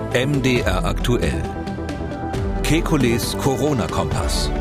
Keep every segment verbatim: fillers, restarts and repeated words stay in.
M D R aktuell. Kekules Corona-Kompass.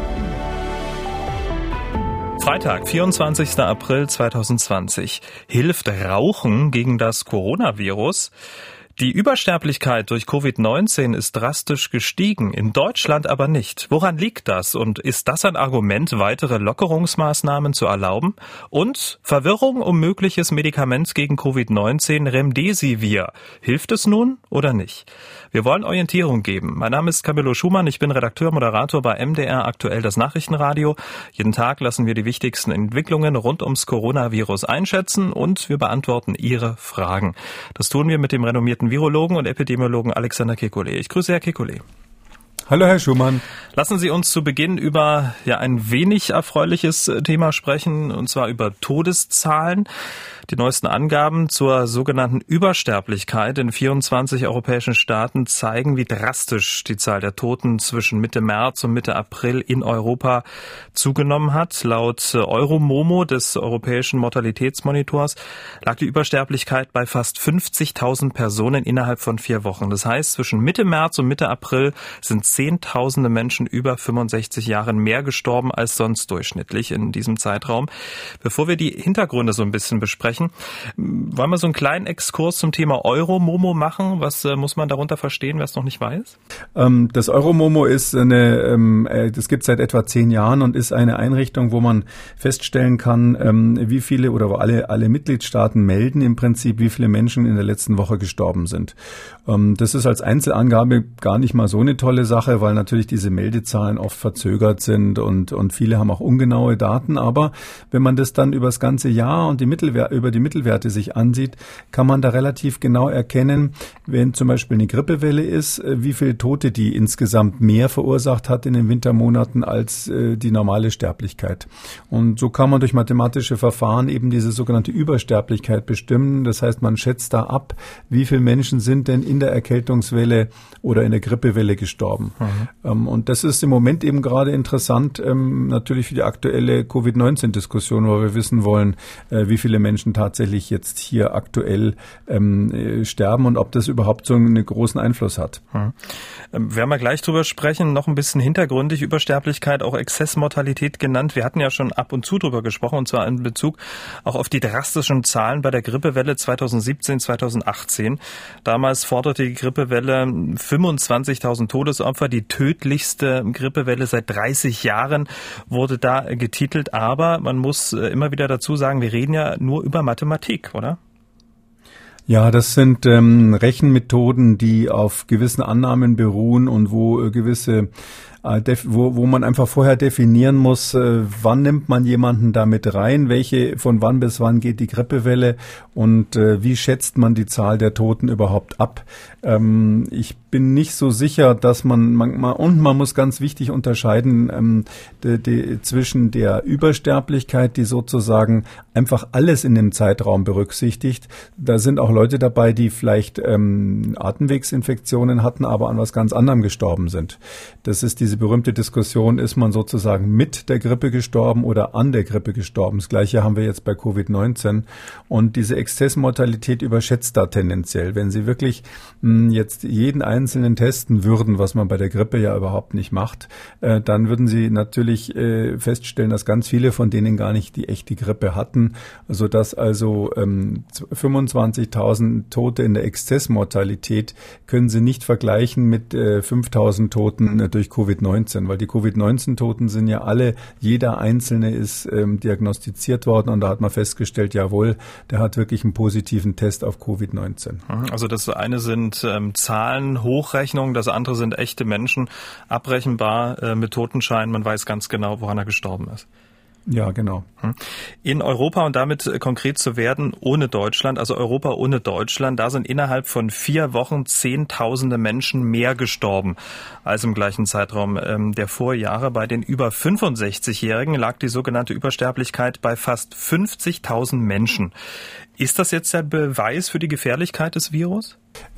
Freitag, vierundzwanzigster April zweitausendzwanzig. Hilft Rauchen gegen das Coronavirus? Die Übersterblichkeit durch Covid neunzehn ist drastisch gestiegen, in Deutschland aber nicht. Woran liegt das? Und ist das ein Argument, weitere Lockerungsmaßnahmen zu erlauben? Und Verwirrung um mögliches Medikament gegen Covid neunzehn, Remdesivir. Hilft es nun oder nicht? Wir wollen Orientierung geben. Mein Name ist Camillo Schumann, ich bin Redakteur, Moderator bei M D R aktuell das Nachrichtenradio. Jeden Tag lassen wir die wichtigsten Entwicklungen rund ums Coronavirus einschätzen und wir beantworten Ihre Fragen. Das tun wir mit dem renommierten Virologen und Epidemiologen Alexander Kekulé. Ich grüße Herr Kekulé. Hallo Herr Schumann. Lassen Sie uns zu Beginn über ja ein wenig erfreuliches Thema sprechen, und zwar über Todeszahlen. Die neuesten Angaben zur sogenannten Übersterblichkeit in vierundzwanzig europäischen Staaten zeigen, wie drastisch die Zahl der Toten zwischen Mitte März und Mitte April in Europa zugenommen hat. Laut Euromomo, des europäischen Mortalitätsmonitors, lag die Übersterblichkeit bei fast fünfzigtausend Personen innerhalb von vier Wochen. Das heißt, zwischen Mitte März und Mitte April sind Zehntausende Menschen über fünfundsechzig Jahren mehr gestorben als sonst durchschnittlich in diesem Zeitraum. Bevor wir die Hintergründe so ein bisschen besprechen, wollen wir so einen kleinen Exkurs zum Thema Euromomo machen? Was äh, muss man darunter verstehen, wer es noch nicht weiß? Ähm, das Euromomo ist eine, ähm, äh, das gibt es seit etwa zehn Jahren und ist eine Einrichtung, wo man feststellen kann, ähm, wie viele oder wo alle, alle Mitgliedstaaten melden im Prinzip, wie viele Menschen in der letzten Woche gestorben sind. Ähm, das ist als Einzelangabe gar nicht mal so eine tolle Sache, weil natürlich diese Meldezahlen oft verzögert sind und, und viele haben auch ungenaue Daten. Aber wenn man das dann über das ganze Jahr und die Mittelwerte, über die Mittelwerte sich ansieht, kann man da relativ genau erkennen, wenn zum Beispiel eine Grippewelle ist, wie viele Tote die insgesamt mehr verursacht hat in den Wintermonaten als äh, die normale Sterblichkeit. Und so kann man durch mathematische Verfahren eben diese sogenannte Übersterblichkeit bestimmen. Das heißt, man schätzt da ab, wie viele Menschen sind denn in der Erkältungswelle oder in der Grippewelle gestorben. Mhm. Ähm, und das ist im Moment eben gerade interessant, ähm, natürlich für die aktuelle Covid neunzehn Diskussion, weil wir wissen wollen, äh, wie viele Menschen tatsächlich jetzt hier aktuell ähm, äh, sterben und ob das überhaupt so einen großen Einfluss hat. Mhm. Ähm, werden wir gleich drüber sprechen, noch ein bisschen hintergründig, Übersterblichkeit, auch Exzessmortalität genannt. Wir hatten ja schon ab und zu drüber gesprochen, und zwar in Bezug auch auf die drastischen Zahlen bei der Grippewelle zweitausendsiebzehn, zweitausendachtzehn. Damals forderte die Grippewelle fünfundzwanzigtausend Todesopfer, die tödlichste Grippewelle seit dreißig Jahren wurde da getitelt. Aber man muss immer wieder dazu sagen, wir reden ja nur über Mathematik, oder? Ja, das sind ähm, Rechenmethoden, die auf gewissen Annahmen beruhen und wo äh, gewisse Wo, wo man einfach vorher definieren muss, äh, wann nimmt man jemanden damit rein, welche, von wann bis wann geht die Grippewelle und äh, wie schätzt man die Zahl der Toten überhaupt ab. Ähm, ich bin nicht so sicher, dass man, man, man und man muss ganz wichtig unterscheiden ähm, die, die, zwischen der Übersterblichkeit, die sozusagen einfach alles in dem Zeitraum berücksichtigt. Da sind auch Leute dabei, die vielleicht ähm, Atemwegsinfektionen hatten, aber an was ganz anderem gestorben sind. Das ist die Diese berühmte Diskussion, ist man sozusagen mit der Grippe gestorben oder an der Grippe gestorben. Das Gleiche haben wir jetzt bei Covid neunzehn. Und diese Exzessmortalität überschätzt da tendenziell. Wenn Sie wirklich mh, jetzt jeden Einzelnen testen würden, was man bei der Grippe ja überhaupt nicht macht, äh, dann würden Sie natürlich äh, feststellen, dass ganz viele von denen gar nicht die echte Grippe hatten, sodass also ähm, fünfundzwanzigtausend Tote in der Exzessmortalität können Sie nicht vergleichen mit äh, fünftausend Toten äh, durch Covid neunzehn, weil die Covid neunzehn Toten sind ja alle, jeder Einzelne ist ähm, diagnostiziert worden und da hat man festgestellt, jawohl, der hat wirklich einen positiven Test auf Covid neunzehn. Also das eine sind ähm, Zahlen, Hochrechnungen, das andere sind echte Menschen, abrechenbar äh, mit Totenschein, man weiß ganz genau, woran er gestorben ist. Ja, genau. In Europa, und damit konkret zu werden, ohne Deutschland, also Europa ohne Deutschland, da sind innerhalb von vier Wochen Zehntausende Menschen mehr gestorben als im gleichen Zeitraum ähm, der Vorjahre. Bei den über fünfundsechzigjährigen lag die sogenannte Übersterblichkeit bei fast fünfzigtausend Menschen. Ist das jetzt der Beweis für die Gefährlichkeit des Virus?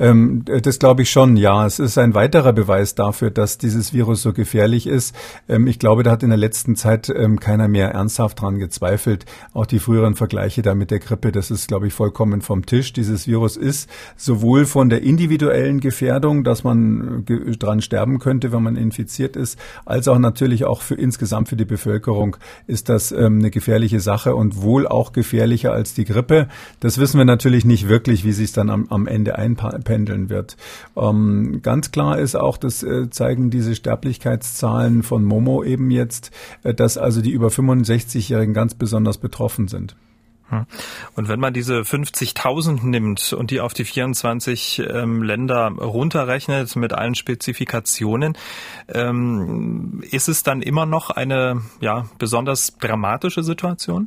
Ähm, das glaube ich schon, ja. Es ist ein weiterer Beweis dafür, dass dieses Virus so gefährlich ist. Ähm, ich glaube, da hat in der letzten Zeit ähm, keiner mehr ernsthaft dran gezweifelt. Auch die früheren Vergleiche da mit der Grippe, das ist, glaube ich, vollkommen vom Tisch. Dieses Virus ist sowohl von der individuellen Gefährdung, dass man ge- dran sterben könnte, wenn man infiziert ist, als auch natürlich auch für insgesamt für die Bevölkerung ist das ähm, eine gefährliche Sache und wohl auch gefährlicher als die Grippe. Das wissen wir natürlich nicht wirklich, wie sich es dann am, am Ende einpendeln wird. Ähm, ganz klar ist auch, das äh, zeigen diese Sterblichkeitszahlen von Momo eben jetzt, äh, dass also die über fünfundsechzigjährigen ganz besonders betroffen sind. Und wenn man diese fünfzigtausend nimmt und die auf die vierundzwanzig ähm, Länder runterrechnet mit allen Spezifikationen, ähm, ist es dann immer noch eine ja besonders dramatische Situation?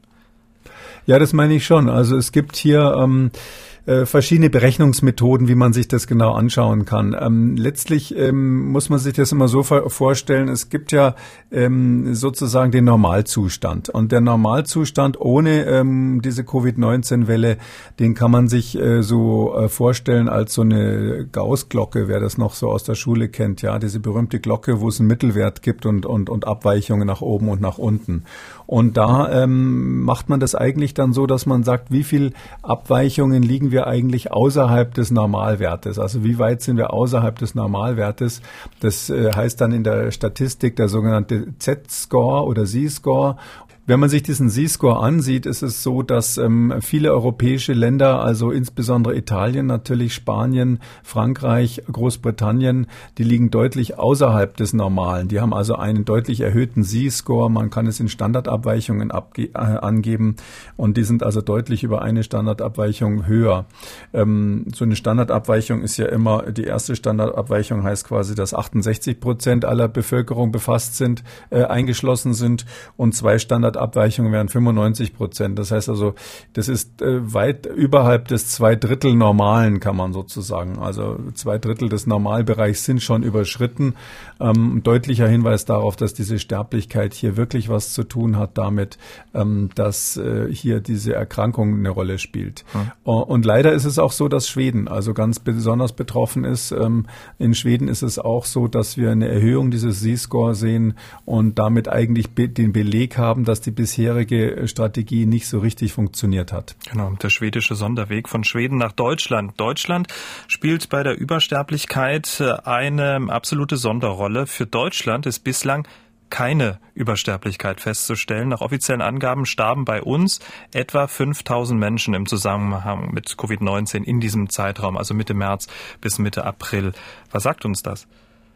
Ja, das meine ich schon. Also es gibt hier ähm, äh, verschiedene Berechnungsmethoden, wie man sich das genau anschauen kann. Ähm, letztlich ähm, muss man sich das immer so vorstellen, es gibt ja ähm, sozusagen den Normalzustand. Und der Normalzustand ohne ähm, diese Covid neunzehn Welle, den kann man sich äh, so äh, vorstellen als so eine Gauß-Glocke, wer das noch so aus der Schule kennt. Ja, diese berühmte Glocke, wo es einen Mittelwert gibt und, und, und Abweichungen nach oben und nach unten. Und da ähm, macht man das eigentlich dann so, dass man sagt, wie viel Abweichungen liegen wir eigentlich außerhalb des Normalwertes? Also wie weit sind wir außerhalb des Normalwertes? Das äh, heißt dann in der Statistik der sogenannte Z-Score oder Z-Score. Wenn man sich diesen Z-Score ansieht, ist es so, dass ähm, viele europäische Länder, also insbesondere Italien, natürlich Spanien, Frankreich, Großbritannien, die liegen deutlich außerhalb des Normalen. Die haben also einen deutlich erhöhten Z-Score. Man kann es in Standardabweichungen abge- äh, angeben und die sind also deutlich über eine Standardabweichung höher. Ähm, so eine Standardabweichung ist ja immer, die erste Standardabweichung heißt quasi, dass achtundsechzig Prozent aller Bevölkerung befasst sind, äh, eingeschlossen sind und zwei Standard Abweichungen wären fünfundneunzig Prozent. Das heißt also, das ist äh, weit überhalb des zwei Drittel Normalen, kann man sozusagen. Also zwei Drittel des Normalbereichs sind schon überschritten. Ähm, deutlicher Hinweis darauf, dass diese Sterblichkeit hier wirklich was zu tun hat damit, ähm, dass äh, hier diese Erkrankung eine Rolle spielt. Mhm. Und leider ist es auch so, dass Schweden also ganz besonders betroffen ist. Ähm, in Schweden ist es auch so, dass wir eine Erhöhung dieses Z-Score sehen und damit eigentlich be- den Beleg haben, dass die bisherige Strategie nicht so richtig funktioniert hat. Genau, der schwedische Sonderweg von Schweden nach Deutschland. Deutschland spielt bei der Übersterblichkeit eine absolute Sonderrolle. Für Deutschland ist bislang keine Übersterblichkeit festzustellen. Nach offiziellen Angaben starben bei uns etwa fünftausend Menschen im Zusammenhang mit Covid neunzehn in diesem Zeitraum, also Mitte März bis Mitte April. Was sagt uns das?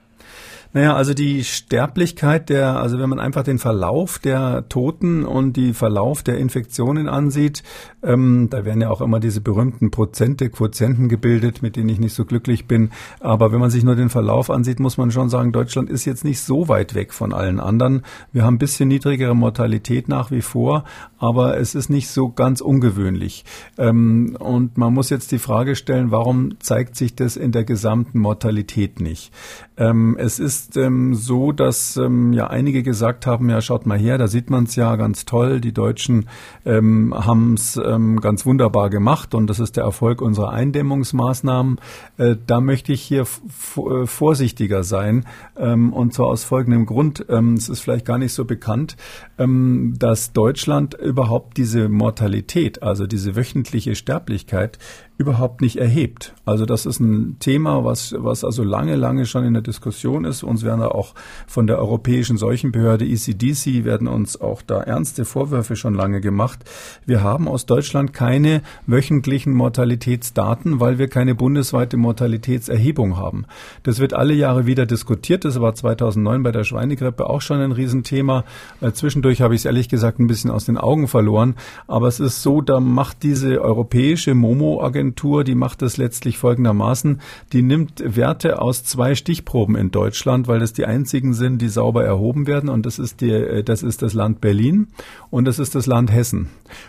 Naja, also die Sterblichkeit der, also wenn man einfach den Verlauf der Toten und die Verlauf der Infektionen ansieht, ähm, da werden ja auch immer diese berühmten Prozente, Quotienten gebildet, mit denen ich nicht so glücklich bin. Aber wenn man sich nur den Verlauf ansieht, muss man schon sagen, Deutschland ist jetzt nicht so weit weg von allen anderen. Wir haben ein bisschen niedrigere Mortalität nach wie vor, aber es ist nicht so ganz ungewöhnlich. Ähm, und man muss jetzt die Frage stellen, warum zeigt sich das in der gesamten Mortalität nicht? Ähm, es ist ist ähm, so, dass ähm, ja einige gesagt haben, ja schaut mal her, da sieht man es ja ganz toll, die Deutschen ähm, haben es ähm, ganz wunderbar gemacht und das ist der Erfolg unserer Eindämmungsmaßnahmen. Äh, da möchte ich hier f- äh, vorsichtiger sein ähm, und zwar aus folgendem Grund, ähm, es ist vielleicht gar nicht so bekannt, ähm, dass Deutschland überhaupt diese Mortalität, also diese wöchentliche Sterblichkeit überhaupt nicht erhebt. Also das ist ein Thema, was was also lange, lange schon in der Diskussion ist. Uns werden auch von der Europäischen Seuchenbehörde E C D C werden uns auch da ernste Vorwürfe schon lange gemacht. Wir haben aus Deutschland keine wöchentlichen Mortalitätsdaten, weil wir keine bundesweite Mortalitätserhebung haben. Das wird alle Jahre wieder diskutiert. Das war zweitausendneun bei der Schweinegrippe auch schon ein Riesenthema. Äh, zwischendurch habe ich es ehrlich gesagt ein bisschen aus den Augen verloren. Aber es ist so, da macht diese europäische Momo-Agentur, die macht das letztlich folgendermaßen. Die nimmt Werte aus zwei Stichproben in Deutschland, weil das die einzigen sind, die sauber erhoben werden. Und das ist, die, das ist das Land Berlin und das ist das Land Hessen.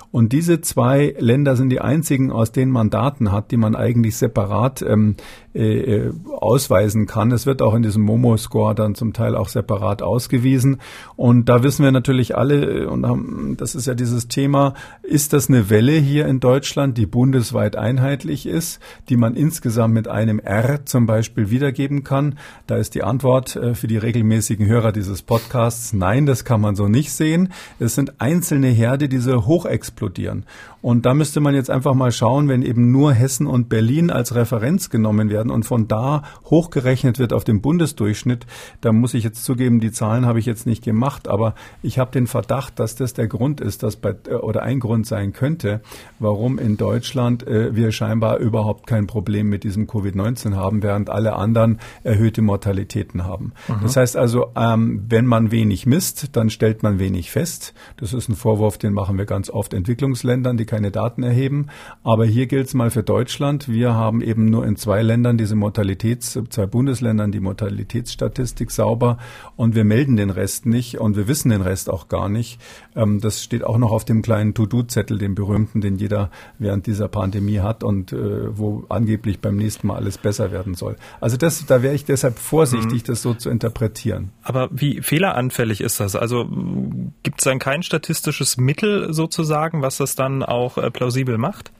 Und diese zwei Länder sind die einzigen, aus denen man Daten hat, die man eigentlich separat ähm, äh, ausweisen kann. Es wird auch in diesem Momo-Score dann zum Teil auch separat ausgewiesen. Und da wissen wir natürlich alle, und haben, das ist ja dieses Thema, ist das eine Welle hier in Deutschland, die bundesweit einheitlich ist, die man insgesamt mit einem R zum Beispiel wiedergeben kann? Da ist die Antwort äh, für die regelmäßigen Hörer dieses Podcasts, nein, das kann man so nicht sehen. Es sind einzelne Herde, die so hoch explodieren. Und da müsste man jetzt einfach mal schauen, wenn eben nur Hessen und Berlin als Referenz genommen werden und von da hochgerechnet wird auf den Bundesdurchschnitt, da muss ich jetzt zugeben, die Zahlen habe ich jetzt nicht gemacht, aber ich habe den Verdacht, dass das der Grund ist, dass bei, oder ein Grund sein könnte, warum in Deutschland äh, wir scheinbar überhaupt kein Problem mit diesem Covid neunzehn haben, während alle anderen erhöhte Mortalitäten haben. Mhm. Das heißt also, ähm, wenn man wenig misst, dann stellt man wenig fest. Das ist ein Vorwurf, den machen wir ganz oft Entwicklungsländern, die keine Daten erheben. Aber hier gilt es mal für Deutschland. Wir haben eben nur in zwei Ländern diese Mortalitäts, zwei Bundesländern die Mortalitätsstatistik sauber und wir melden den Rest nicht und wir wissen den Rest auch gar nicht. Ähm, das steht auch noch auf dem kleinen To-Do-Zettel, dem berühmten, den jeder während dieser Pandemie hat und äh, wo angeblich beim nächsten Mal alles besser werden soll. Also das, da wäre ich deshalb vorsichtig, mhm. das so zu interpretieren. Aber wie fehleranfällig ist das? Also gibt es dann kein statistisches Mittel sozusagen, was das dann auch äh, plausibel macht?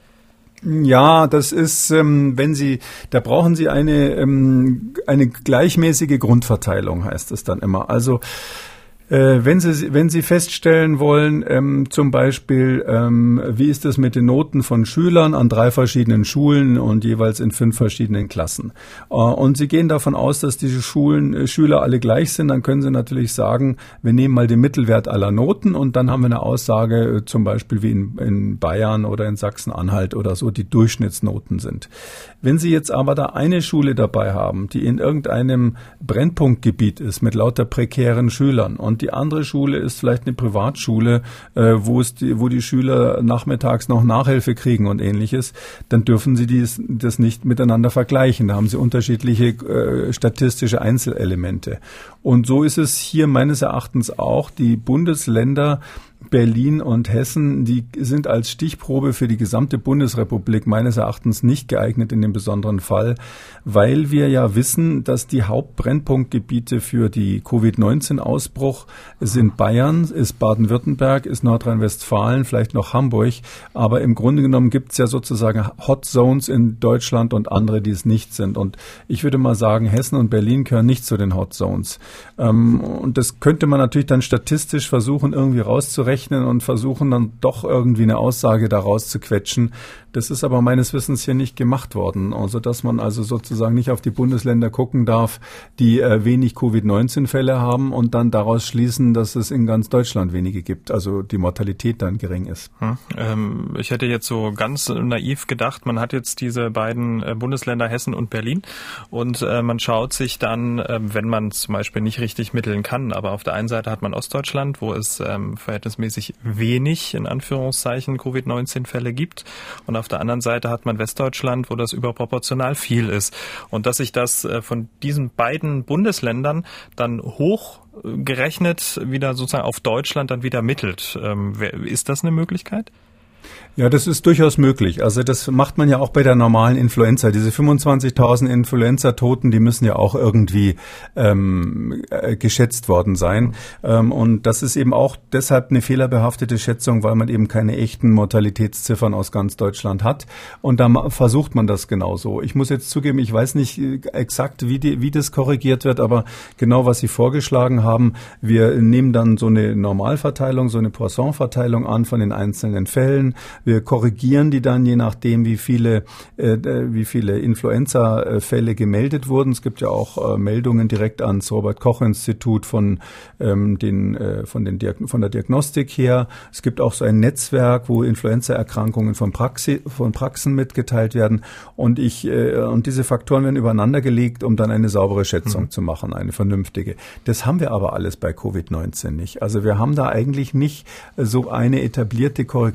Ja, das ist, ähm, wenn Sie, da brauchen Sie eine, ähm, eine gleichmäßige Grundverteilung, heißt es dann immer. Also Äh, wenn Sie, wenn Sie feststellen wollen, ähm, zum Beispiel, ähm, wie ist es mit den Noten von Schülern an drei verschiedenen Schulen und jeweils in fünf verschiedenen Klassen. Äh, und Sie gehen davon aus, dass diese Schulen, äh, Schüler alle gleich sind, dann können Sie natürlich sagen, wir nehmen mal den Mittelwert aller Noten und dann haben wir eine Aussage, äh, zum Beispiel wie in, in Bayern oder in Sachsen-Anhalt oder so, die Durchschnittsnoten sind. Wenn Sie jetzt aber da eine Schule dabei haben, die in irgendeinem Brennpunktgebiet ist mit lauter prekären Schülern und die andere Schule ist vielleicht eine Privatschule, äh, wo es die, wo die Schüler nachmittags noch Nachhilfe kriegen und Ähnliches, dann dürfen Sie dies, das nicht miteinander vergleichen. Da haben Sie unterschiedliche äh, statistische Einzelelemente. Und so ist es hier meines Erachtens auch. Die Bundesländer Berlin und Hessen, die sind als Stichprobe für die gesamte Bundesrepublik meines Erachtens nicht geeignet in dem besonderen Fall, weil wir ja wissen, dass die Hauptbrennpunktgebiete für die Covid neunzehn Ausbruch sind Bayern, ist Baden-Württemberg, ist Nordrhein-Westfalen, vielleicht noch Hamburg, aber im Grunde genommen gibt es ja sozusagen Hot Zones in Deutschland und andere, die es nicht sind. Und ich würde mal sagen, Hessen und Berlin gehören nicht zu den Hot Zones. Ähm, und das könnte man natürlich dann statistisch versuchen, irgendwie rauszurechnen und versuchen dann doch irgendwie eine Aussage daraus zu quetschen. Das ist aber meines Wissens hier nicht gemacht worden, also dass man also sozusagen nicht auf die Bundesländer gucken darf, die äh, wenig Covid neunzehn Fälle haben und dann daraus schließen, dass es in ganz Deutschland wenige gibt, also die Mortalität dann gering ist. Hm. Ähm, ich hätte jetzt so ganz naiv gedacht, man hat jetzt diese beiden äh, Bundesländer Hessen und Berlin und äh, man schaut sich dann, äh, wenn man zum Beispiel nicht richtig mitteln kann, aber auf der einen Seite hat man Ostdeutschland, wo es ähm, verhältnismäßig wenig, in Anführungszeichen, Covid neunzehn Fälle gibt und auf der anderen Seite hat man Westdeutschland, wo das überproportional viel ist. Und dass sich das von diesen beiden Bundesländern dann hochgerechnet wieder sozusagen auf Deutschland dann wieder mittelt. Ist das eine Möglichkeit? Ja, das ist durchaus möglich. Also das macht man ja auch bei der normalen Influenza. Diese fünfundzwanzigtausend Influenza-Toten, die müssen ja auch irgendwie ähm, äh, geschätzt worden sein. Ähm, und das ist eben auch deshalb eine fehlerbehaftete Schätzung, weil man eben keine echten Mortalitätsziffern aus ganz Deutschland hat. Und da versucht man das genauso. Ich muss jetzt zugeben, ich weiß nicht exakt, wie, die, wie das korrigiert wird, aber genau, was Sie vorgeschlagen haben, wir nehmen dann so eine Normalverteilung, so eine Poisson-Verteilung an von den einzelnen Fällen. Wir korrigieren die dann, je nachdem, wie viele, äh, wie viele Influenza-Fälle gemeldet wurden. Es gibt ja auch äh, Meldungen direkt ans Robert-Koch-Institut von, ähm, den, äh, von, den Diag- von der Diagnostik her. Es gibt auch so ein Netzwerk, wo Influenza-Erkrankungen von, Praxi- von Praxen mitgeteilt werden. Und, ich, äh, und diese Faktoren werden übereinander gelegt, um dann eine saubere Schätzung mhm. zu machen, eine vernünftige. Das haben wir aber alles bei Covid neunzehn nicht. Also wir haben da eigentlich nicht so eine etablierte Korrekturbasis,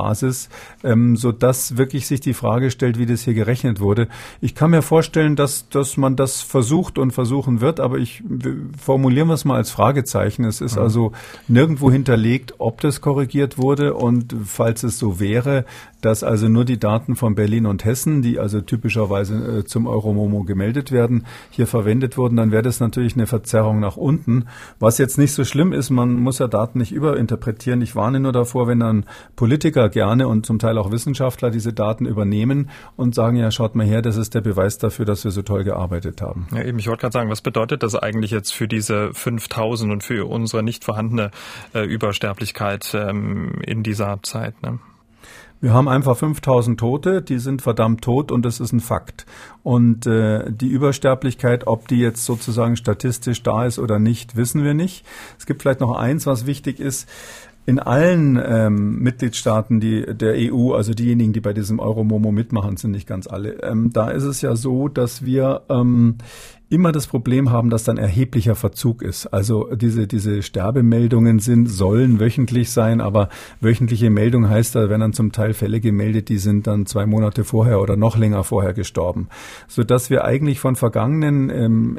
Basis, ähm, sodass wirklich sich die Frage stellt, wie das hier gerechnet wurde. Ich kann mir vorstellen, dass, dass man das versucht und versuchen wird, aber ich formulieren wir es mal als Fragezeichen. Es ist mhm. also nirgendwo hinterlegt, ob das korrigiert wurde, und falls es so wäre, dass also nur die Daten von Berlin und Hessen, die also typischerweise äh, zum Euromomo gemeldet werden, hier verwendet wurden, dann wäre das natürlich eine Verzerrung nach unten. Was jetzt nicht so schlimm ist, man muss ja Daten nicht überinterpretieren. Ich warne nur davor, wenn dann Politiker gerne und zum Teil auch Wissenschaftler diese Daten übernehmen und sagen, ja, schaut mal her, das ist der Beweis dafür, dass wir so toll gearbeitet haben. Ja, eben, ich wollte gerade sagen, was bedeutet das eigentlich jetzt für diese fünftausend und für unsere nicht vorhandene äh, Übersterblichkeit ähm, in dieser Zeit, ne? Wir haben einfach fünftausend Tote, die sind verdammt tot, und das ist ein Fakt. Und äh, die Übersterblichkeit, ob die jetzt sozusagen statistisch da ist oder nicht, wissen wir nicht. Es gibt vielleicht noch eins, was wichtig ist. In allen ähm, Mitgliedstaaten die, der E U, also diejenigen, die bei diesem Euromomo mitmachen, sind nicht ganz alle, ähm, da ist es ja so, dass wir ähm, immer das Problem haben, dass dann erheblicher Verzug ist. Also diese diese Sterbemeldungen sind sollen wöchentlich sein, aber wöchentliche Meldung heißt, da werden dann zum Teil Fälle gemeldet, die sind dann zwei Monate vorher oder noch länger vorher gestorben, sodass wir eigentlich von vergangenen ähm,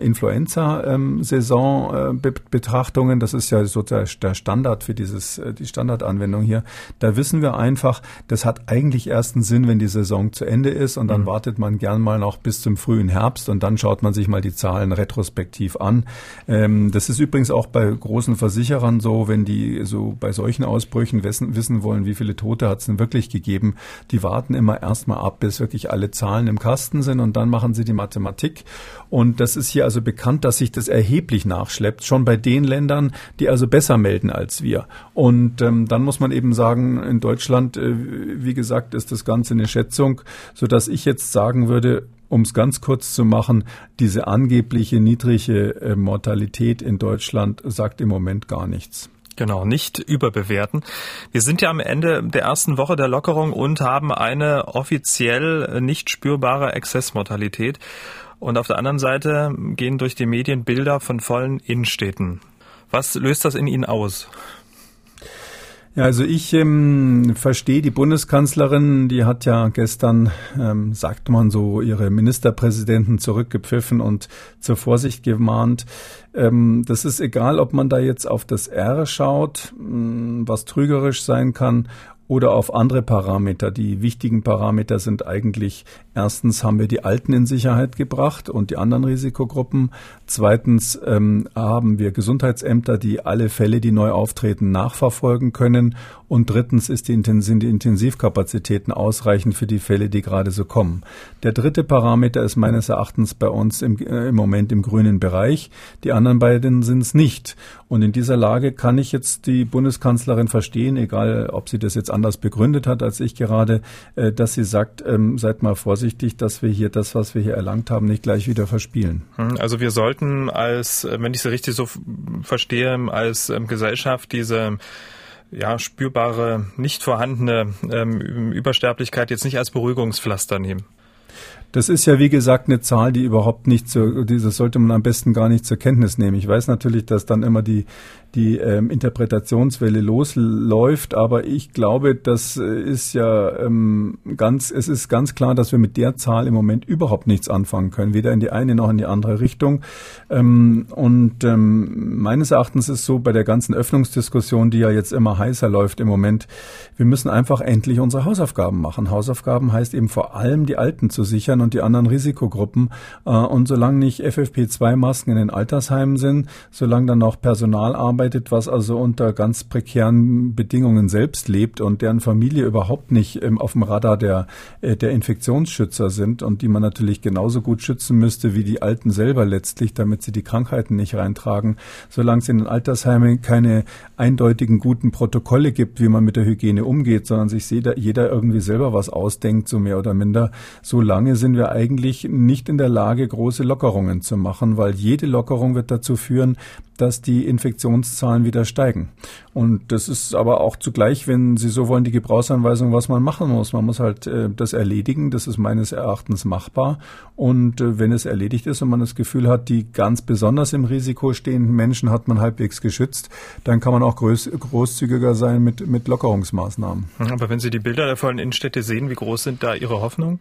Influenza-Saison-Betrachtungen, ähm, das ist ja sozusagen der Standard für dieses äh, die Standardanwendung hier, da wissen wir einfach, das hat eigentlich erst einen Sinn, wenn die Saison zu Ende ist, und dann mhm. wartet man gern mal noch bis zum frühen Herbst und dann schaut man sich mal die Zahlen retrospektiv an. Ähm, das ist übrigens auch bei großen Versicherern so, wenn die so bei solchen Ausbrüchen wissen, wissen wollen, wie viele Tote hat es denn wirklich gegeben. Die warten immer erstmal ab, bis wirklich alle Zahlen im Kasten sind, und dann machen sie die Mathematik. Und das ist hier also bekannt, dass sich das erheblich nachschleppt, schon bei den Ländern, die also besser melden als wir. Und ähm, dann muss man eben sagen, in Deutschland, äh, wie gesagt, ist das Ganze eine Schätzung, sodass ich jetzt sagen würde, um es ganz kurz zu machen, diese angebliche niedrige äh, Mortalität in Deutschland sagt im Moment gar nichts. Genau, nicht überbewerten. Wir sind ja am Ende der ersten Woche der Lockerung und haben eine offiziell nicht spürbare Exzessmortalität. Und auf der anderen Seite gehen durch die Medien Bilder von vollen Innenstädten. Was löst das in Ihnen aus? Ja, also ich ähm, verstehe die Bundeskanzlerin, die hat ja gestern, ähm, sagt man so, ihre Ministerpräsidenten zurückgepfiffen und zur Vorsicht gemahnt. Ähm, das ist egal, ob man da jetzt auf das R schaut, mh, was trügerisch sein kann, oder auf andere Parameter. Die wichtigen Parameter sind eigentlich, erstens haben wir die Alten in Sicherheit gebracht und die anderen Risikogruppen. Zweitens ähm, haben wir Gesundheitsämter, die alle Fälle, die neu auftreten, nachverfolgen können. Und drittens ist die, sind die Intensivkapazitäten ausreichend für die Fälle, die gerade so kommen. Der dritte Parameter ist meines Erachtens bei uns im, äh, im Moment im grünen Bereich. Die anderen beiden sind es nicht. Und in dieser Lage kann ich jetzt die Bundeskanzlerin verstehen, egal ob sie das jetzt anders begründet hat als ich gerade, äh, dass sie sagt, ähm, seid mal vorsichtig, dass wir hier das, was wir hier erlangt haben, nicht gleich wieder verspielen. Also wir sollten als, wenn ich es richtig so verstehe, als ähm, Gesellschaft diese ja, spürbare, nicht vorhandene ähm, Übersterblichkeit jetzt nicht als Beruhigungspflaster nehmen. Das ist ja, wie gesagt, eine Zahl, die überhaupt nicht so, das sollte man am besten gar nicht zur Kenntnis nehmen. Ich weiß natürlich, dass dann immer die, die ähm, Interpretationswelle losläuft, aber ich glaube, das ist ja ähm, ganz, es ist ganz klar, dass wir mit der Zahl im Moment überhaupt nichts anfangen können, weder in die eine noch in die andere Richtung. Ähm, und ähm, meines Erachtens ist so bei der ganzen Öffnungsdiskussion, die ja jetzt immer heißer läuft im Moment, wir müssen einfach endlich unsere Hausaufgaben machen. Hausaufgaben heißt eben vor allem die Alten zu sichern und die anderen Risikogruppen. Und solange nicht F F P zwei Masken in den Altersheimen sind, solange dann auch Personal arbeitet, was also unter ganz prekären Bedingungen selbst lebt und deren Familie überhaupt nicht auf dem Radar der, der Infektionsschützer sind und die man natürlich genauso gut schützen müsste wie die Alten selber letztlich, damit sie die Krankheiten nicht reintragen. Solange es in den Altersheimen keine eindeutigen guten Protokolle gibt, wie man mit der Hygiene umgeht, sondern sich jeder irgendwie selber was ausdenkt, so mehr oder minder, so lange sind sind wir eigentlich nicht in der Lage, große Lockerungen zu machen, weil jede Lockerung wird dazu führen, dass die Infektionszahlen wieder steigen. Und das ist aber auch zugleich, wenn Sie so wollen, die Gebrauchsanweisung, was man machen muss. Man muss halt äh, das erledigen. Das ist meines Erachtens machbar. Und äh, wenn es erledigt ist und man das Gefühl hat, die ganz besonders im Risiko stehenden Menschen hat man halbwegs geschützt, dann kann man auch groß, großzügiger sein mit, mit Lockerungsmaßnahmen. Aber wenn Sie die Bilder der vollen Innenstädte sehen, wie groß sind da Ihre Hoffnungen?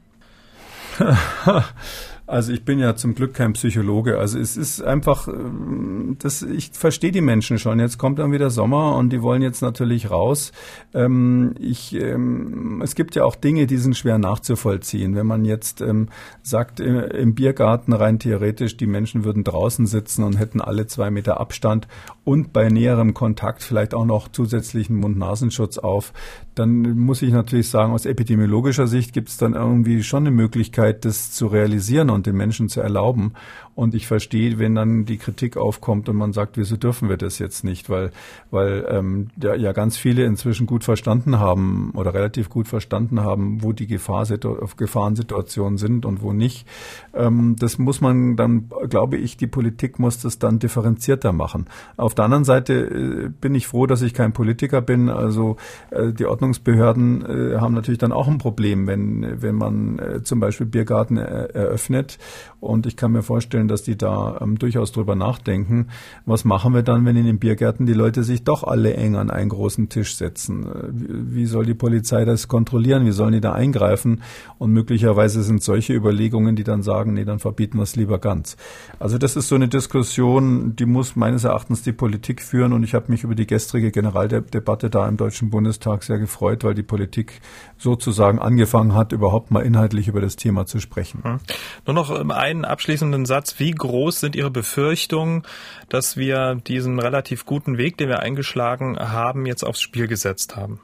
Also ich bin ja zum Glück kein Psychologe. Also es ist einfach, das, ich verstehe die Menschen schon. Jetzt kommt dann wieder Sommer und die wollen jetzt natürlich raus. Ähm, ich, ähm, es gibt ja auch Dinge, die sind schwer nachzuvollziehen. Wenn man jetzt ähm, sagt, im, im Biergarten rein theoretisch, die Menschen würden draußen sitzen und hätten alle zwei Meter Abstand und bei näherem Kontakt vielleicht auch noch zusätzlichen Mund-Nasenschutz auf, dann muss ich natürlich sagen, aus epidemiologischer Sicht gibt es dann irgendwie schon eine Möglichkeit, das zu realisieren und den Menschen zu erlauben. Und ich verstehe, wenn dann die Kritik aufkommt und man sagt, wieso dürfen wir das jetzt nicht? Weil, weil ähm, ja, ja ganz viele inzwischen gut verstanden haben oder relativ gut verstanden haben, wo die Gefahrsitu- Gefahrensituationen sind und wo nicht. Ähm, das muss man dann, glaube ich, die Politik muss das dann differenzierter machen. Auf der anderen Seite äh, bin ich froh, dass ich kein Politiker bin. Also äh, die Ordnungsbehörden äh, haben natürlich dann auch ein Problem, wenn, wenn man äh, zum Beispiel Biergarten er- eröffnet. Und ich kann mir vorstellen, dass die da ähm, durchaus drüber nachdenken. Was machen wir dann, wenn in den Biergärten die Leute sich doch alle eng an einen großen Tisch setzen? Wie, wie soll die Polizei das kontrollieren? Wie sollen die da eingreifen? Und möglicherweise sind solche Überlegungen, die dann sagen, nee, dann verbieten wir es lieber ganz. Also das ist so eine Diskussion, die muss meines Erachtens die Politik führen. Und ich habe mich über die gestrige Generaldebatte da im Deutschen Bundestag sehr gefreut, weil die Politik sozusagen angefangen hat, überhaupt mal inhaltlich über das Thema zu sprechen. Hm. Nur noch einen abschließenden Satz. Wie groß sind Ihre Befürchtungen, dass wir diesen relativ guten Weg, den wir eingeschlagen haben, jetzt aufs Spiel gesetzt haben?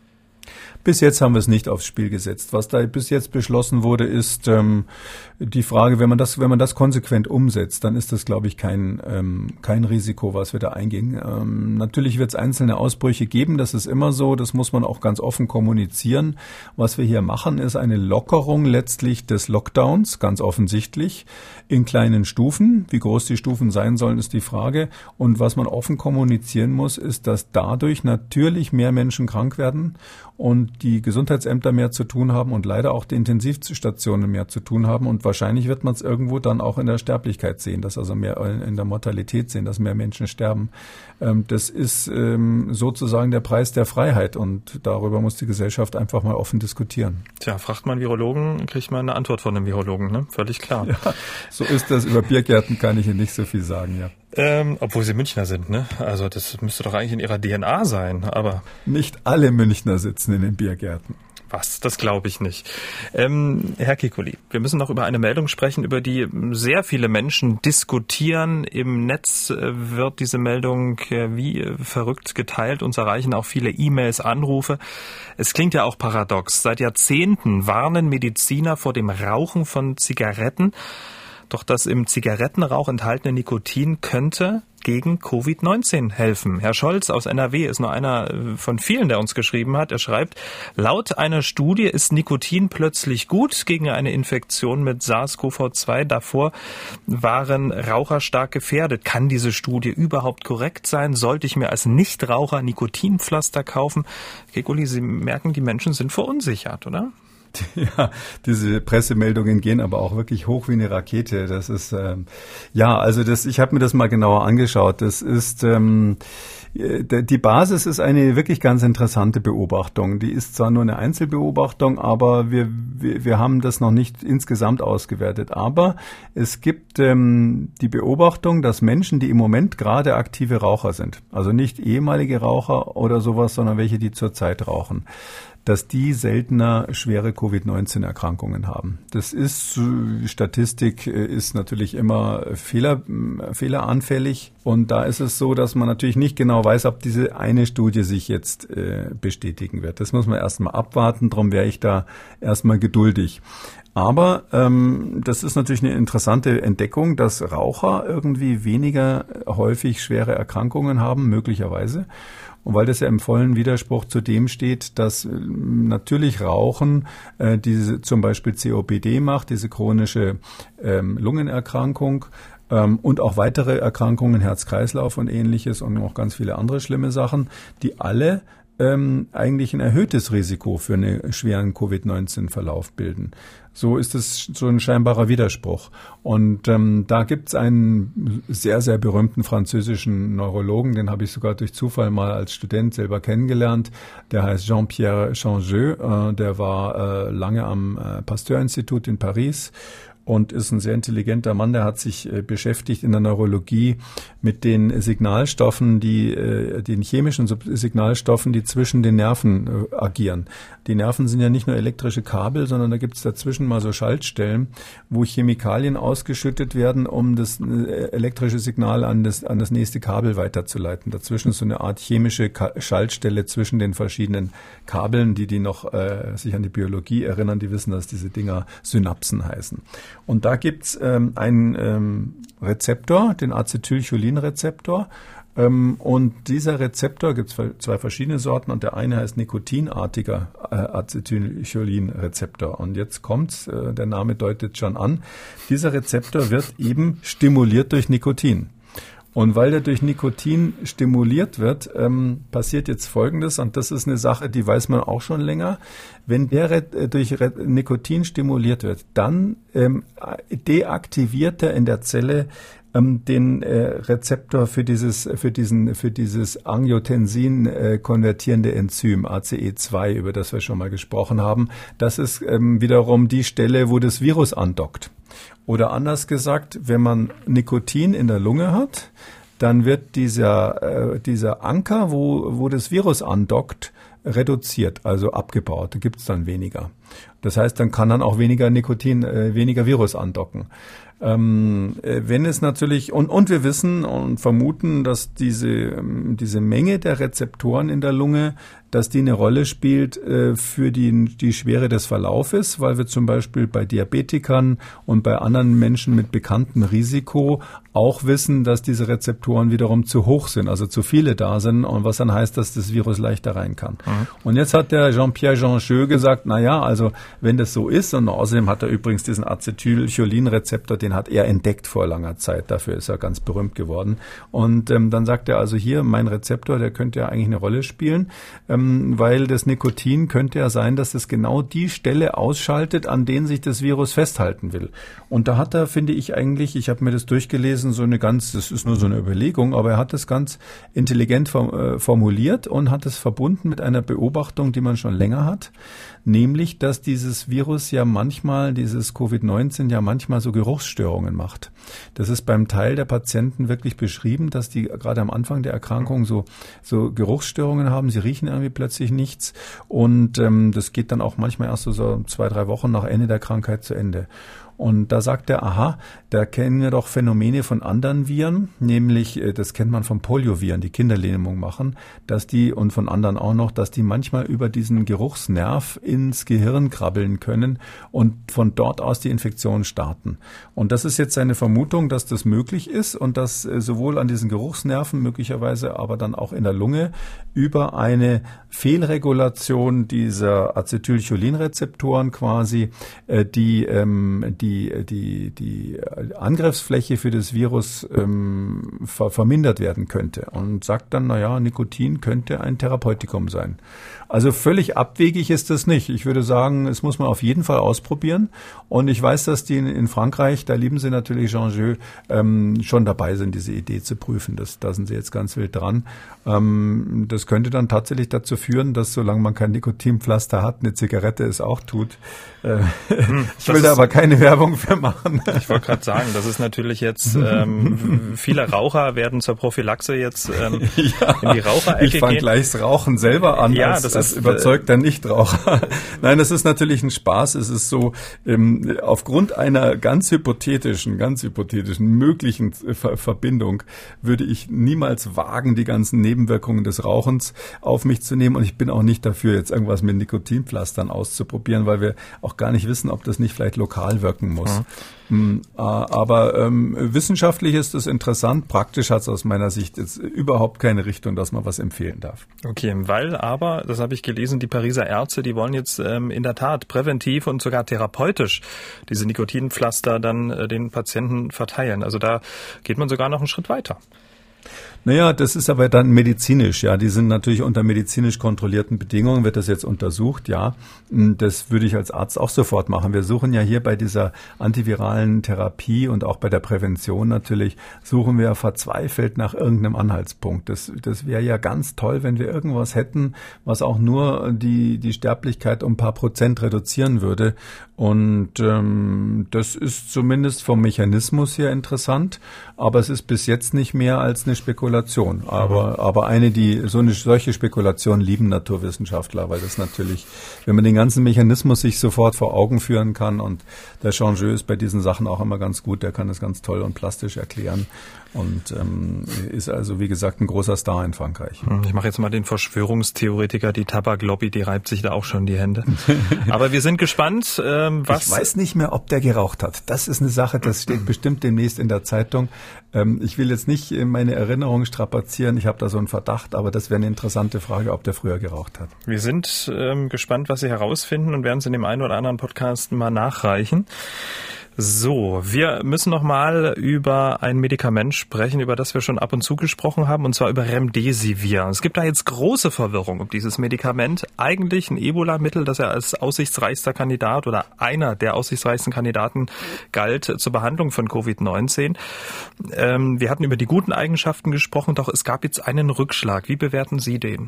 Bis jetzt haben wir es nicht aufs Spiel gesetzt. Was da bis jetzt beschlossen wurde, ist ähm, die Frage, wenn man das, wenn man das konsequent umsetzt, dann ist das, glaube ich, kein ähm, kein Risiko, was wir da eingehen. Ähm, natürlich wird es einzelne Ausbrüche geben, das ist immer so, das muss man auch ganz offen kommunizieren. Was wir hier machen, ist eine Lockerung letztlich des Lockdowns, ganz offensichtlich, in kleinen Stufen. Wie groß die Stufen sein sollen, ist die Frage. Und was man offen kommunizieren muss, ist, dass dadurch natürlich mehr Menschen krank werden und die Gesundheitsämter mehr zu tun haben und leider auch die Intensivstationen mehr zu tun haben. Und wahrscheinlich wird man es irgendwo dann auch in der Sterblichkeit sehen, dass also mehr in der Mortalität sehen, dass mehr Menschen sterben. Das ist sozusagen der Preis der Freiheit und darüber muss die Gesellschaft einfach mal offen diskutieren. Tja, fragt man Virologen, kriegt man eine Antwort von einem Virologen, ne? Völlig klar. Ja, so ist das. Über Biergärten kann ich Ihnen nicht so viel sagen, ja. Ähm, obwohl Sie Münchner sind, ne? Also das müsste doch eigentlich in Ihrer D N A sein, aber... Nicht alle Münchner sitzen in den Biergärten. Was? Das glaube ich nicht. Ähm, Herr Kekulé, wir müssen noch über eine Meldung sprechen, über die sehr viele Menschen diskutieren. Im Netz wird diese Meldung wie verrückt geteilt. Uns erreichen auch viele E-Mails, Anrufe. Es klingt ja auch paradox. Seit Jahrzehnten warnen Mediziner vor dem Rauchen von Zigaretten. Doch das im Zigarettenrauch enthaltene Nikotin könnte gegen Covid neunzehn helfen. Herr Scholz aus N R W ist nur einer von vielen, der uns geschrieben hat. Er schreibt, laut einer Studie ist Nikotin plötzlich gut gegen eine Infektion mit SARS-C o V zwei. Davor waren Raucher stark gefährdet. Kann diese Studie überhaupt korrekt sein? Sollte ich mir als Nichtraucher Nikotinpflaster kaufen? Kekulé, Sie merken, die Menschen sind verunsichert, oder? Ja, diese Pressemeldungen gehen aber auch wirklich hoch wie eine Rakete. Das ist ähm, ja, also das. Ich habe mir das mal genauer angeschaut. Das ist ähm, die Basis ist eine wirklich ganz interessante Beobachtung. Die ist zwar nur eine Einzelbeobachtung, aber wir wir, wir haben das noch nicht insgesamt ausgewertet. Aber es gibt ähm, die Beobachtung, dass Menschen, die im Moment gerade aktive Raucher sind, also nicht ehemalige Raucher oder sowas, sondern welche, die zurzeit rauchen, dass die seltener schwere Covid neunzehn Erkrankungen haben. Das ist, Statistik ist natürlich immer Fehler, fehleranfällig. Und da ist es so, dass man natürlich nicht genau weiß, ob diese eine Studie sich jetzt äh, bestätigen wird. Das muss man erstmal abwarten, darum wäre ich da erstmal geduldig. Aber ähm, das ist natürlich eine interessante Entdeckung, dass Raucher irgendwie weniger häufig schwere Erkrankungen haben, möglicherweise. Und weil das ja im vollen Widerspruch zu dem steht, dass äh, natürlich Rauchen äh, diese zum Beispiel C O P D macht, diese chronische ähm, Lungenerkrankung, ähm, und auch weitere Erkrankungen, Herz-Kreislauf und ähnliches und noch ganz viele andere schlimme Sachen, die alle ähm, eigentlich ein erhöhtes Risiko für einen schweren Covid neunzehn Verlauf bilden. So ist es so ein scheinbarer Widerspruch. Und ähm, da gibt es einen sehr, sehr berühmten französischen Neurologen, den habe ich sogar durch Zufall mal als Student selber kennengelernt. Der heißt Jean-Pierre Changeux, äh, der war äh, lange am äh, Pasteur-Institut in Paris und ist ein sehr intelligenter Mann, der hat sich äh, beschäftigt in der Neurologie mit den Signalstoffen, die äh, den chemischen Signalstoffen, die zwischen den Nerven äh, agieren. Die Nerven sind ja nicht nur elektrische Kabel, sondern da gibt es dazwischen mal so Schaltstellen, wo Chemikalien ausgeschüttet werden, um das äh, elektrische Signal an das an das nächste Kabel weiterzuleiten. Dazwischen ist so eine Art chemische Ka- Schaltstelle zwischen den verschiedenen Kabeln, die die noch äh, sich an die Biologie erinnern, die wissen, dass diese Dinger Synapsen heißen. Und da gibt's ähm, einen ähm, Rezeptor, den Acetylcholin-Rezeptor. Ähm, und dieser Rezeptor gibt's zwei verschiedene Sorten und der eine heißt nikotinartiger äh, Acetylcholin-Rezeptor. Und jetzt kommt's, äh, der Name deutet schon an, dieser Rezeptor wird eben stimuliert durch Nikotin. Und weil der durch Nikotin stimuliert wird, ähm, passiert jetzt Folgendes, und das ist eine Sache, die weiß man auch schon länger. Wenn der Re- durch Re- Nikotin stimuliert wird, dann ähm, deaktiviert er in der Zelle ähm, den äh, Rezeptor für dieses für diesen für dieses Angiotensin äh, konvertierende Enzym A C E zwei, über das wir schon mal gesprochen haben. Das ist ähm, wiederum die Stelle, wo das Virus andockt. Oder anders gesagt, wenn man Nikotin in der Lunge hat, dann wird dieser, äh, dieser Anker, wo, wo das Virus andockt, reduziert, also abgebaut. Da gibt es dann weniger. Das heißt, dann kann dann auch weniger Nikotin, äh, weniger Virus andocken. Ähm, äh, wenn es natürlich, und, und wir wissen und vermuten, dass diese, ähm, diese Menge der Rezeptoren in der Lunge, dass die eine Rolle spielt äh, für die, die Schwere des Verlaufes, weil wir zum Beispiel bei Diabetikern und bei anderen Menschen mit bekanntem Risiko auch wissen, dass diese Rezeptoren wiederum zu hoch sind, also zu viele da sind, und was dann heißt, dass das Virus leichter rein kann. Mhm. Und jetzt hat der Jean-Pierre Changeux gesagt, na ja, also wenn das so ist, und außerdem hat er übrigens diesen Acetylcholin-Rezeptor, den hat er entdeckt vor langer Zeit, dafür ist er ganz berühmt geworden. Und ähm, dann sagt er also hier, mein Rezeptor, der könnte ja eigentlich eine Rolle spielen, ähm, weil das Nikotin könnte ja sein, dass es genau die Stelle ausschaltet, an denen sich das Virus festhalten will. Und da hat er, finde ich eigentlich, ich habe mir das durchgelesen, so eine ganz, das ist nur so eine Überlegung, aber er hat das ganz intelligent formuliert und hat es verbunden mit einer Beobachtung, die man schon länger hat, nämlich, dass dieses Virus ja manchmal, dieses Covid neunzehn ja manchmal so Geruchsstörungen macht. Das ist beim Teil der Patienten wirklich beschrieben, dass die gerade am Anfang der Erkrankung so, so Geruchsstörungen haben. Sie riechen irgendwie plötzlich nichts, und ähm, das geht dann auch manchmal erst so, so zwei, drei Wochen nach Ende der Krankheit zu Ende. Und da sagt er, aha, da kennen wir doch Phänomene von anderen Viren, nämlich, das kennt man von Polioviren, die Kinderlähmung machen, dass die, und von anderen auch noch, dass die manchmal über diesen Geruchsnerv ins Gehirn krabbeln können und von dort aus die Infektion starten. Und das ist jetzt seine Vermutung, dass das möglich ist und dass sowohl an diesen Geruchsnerven möglicherweise, aber dann auch in der Lunge über eine Fehlregulation dieser Acetylcholin-Rezeptoren quasi, die, die Die, die, die Angriffsfläche für das Virus ähm, ver, vermindert werden könnte, und sagt dann, naja, Nikotin könnte ein Therapeutikum sein. Also völlig abwegig ist das nicht. Ich würde sagen, es muss man auf jeden Fall ausprobieren, und ich weiß, dass die in, in Frankreich, da lieben sie natürlich Changeux, ähm, schon dabei sind, diese Idee zu prüfen. Das, da sind sie jetzt ganz wild dran. Ähm, das könnte dann tatsächlich dazu führen, dass, solange man kein Nikotinpflaster hat, eine Zigarette es auch tut. Äh, hm, ich will da aber keine Werbung Werbung für machen. Ich wollte gerade sagen, das ist natürlich jetzt, ähm, viele Raucher werden zur Prophylaxe jetzt ähm, ja, in die Raucherecke ich fang gleich das Rauchen selber an, ja, als, das als ist überzeugter Nichtraucher. Nein, das ist natürlich ein Spaß. Es ist so, ähm, aufgrund einer ganz hypothetischen, ganz hypothetischen möglichen Ver- Verbindung würde ich niemals wagen, die ganzen Nebenwirkungen des Rauchens auf mich zu nehmen. Und ich bin auch nicht dafür, jetzt irgendwas mit Nikotinpflastern auszuprobieren, weil wir auch gar nicht wissen, ob das nicht vielleicht lokal wirken muss. Mhm. Aber ähm, wissenschaftlich ist es interessant. Praktisch hat es aus meiner Sicht jetzt überhaupt keine Richtung, dass man was empfehlen darf. Okay, weil aber, das habe ich gelesen, die Pariser Ärzte, die wollen jetzt ähm, in der Tat präventiv und sogar therapeutisch diese Nikotinpflaster dann äh, den Patienten verteilen. Also da geht man sogar noch einen Schritt weiter. Naja, das ist aber dann medizinisch, ja. Die sind natürlich unter medizinisch kontrollierten Bedingungen, wird das jetzt untersucht, ja. Das würde ich als Arzt auch sofort machen. Wir suchen ja hier bei dieser antiviralen Therapie und auch bei der Prävention natürlich, suchen wir verzweifelt nach irgendeinem Anhaltspunkt. Das, das wäre ja ganz toll, wenn wir irgendwas hätten, was auch nur die, die Sterblichkeit um ein paar Prozent reduzieren würde. Und ähm, das ist zumindest vom Mechanismus her interessant, aber es ist bis jetzt nicht mehr als eine Spekulation. Aber, aber eine, die so eine solche Spekulation lieben Naturwissenschaftler, weil das natürlich, wenn man den ganzen Mechanismus sich sofort vor Augen führen kann, und der Changeux ist bei diesen Sachen auch immer ganz gut, der kann das ganz toll und plastisch erklären. Und ähm, ist also, wie gesagt, ein großer Star in Frankreich. Ich mache jetzt mal den Verschwörungstheoretiker, die Tabaklobby, die reibt sich da auch schon die Hände. Aber wir sind gespannt, ähm, was... Ich weiß nicht mehr, ob der geraucht hat. Das ist eine Sache, das steht bestimmt demnächst in der Zeitung. Ähm, ich will jetzt nicht meine Erinnerungen strapazieren, ich habe da so einen Verdacht, aber das wäre eine interessante Frage, ob der früher geraucht hat. Wir sind ähm, gespannt, was Sie herausfinden, und werden es in dem einen oder anderen Podcast mal nachreichen. So, wir müssen noch mal über ein Medikament sprechen, über das wir schon ab und zu gesprochen haben, und zwar über Remdesivir. Es gibt da jetzt große Verwirrung um dieses Medikament. Eigentlich ein Ebola-Mittel, das ja als aussichtsreichster Kandidat oder einer der aussichtsreichsten Kandidaten galt zur Behandlung von Covid neunzehn. Ähm, wir hatten über die guten Eigenschaften gesprochen, doch es gab jetzt einen Rückschlag. Wie bewerten Sie den?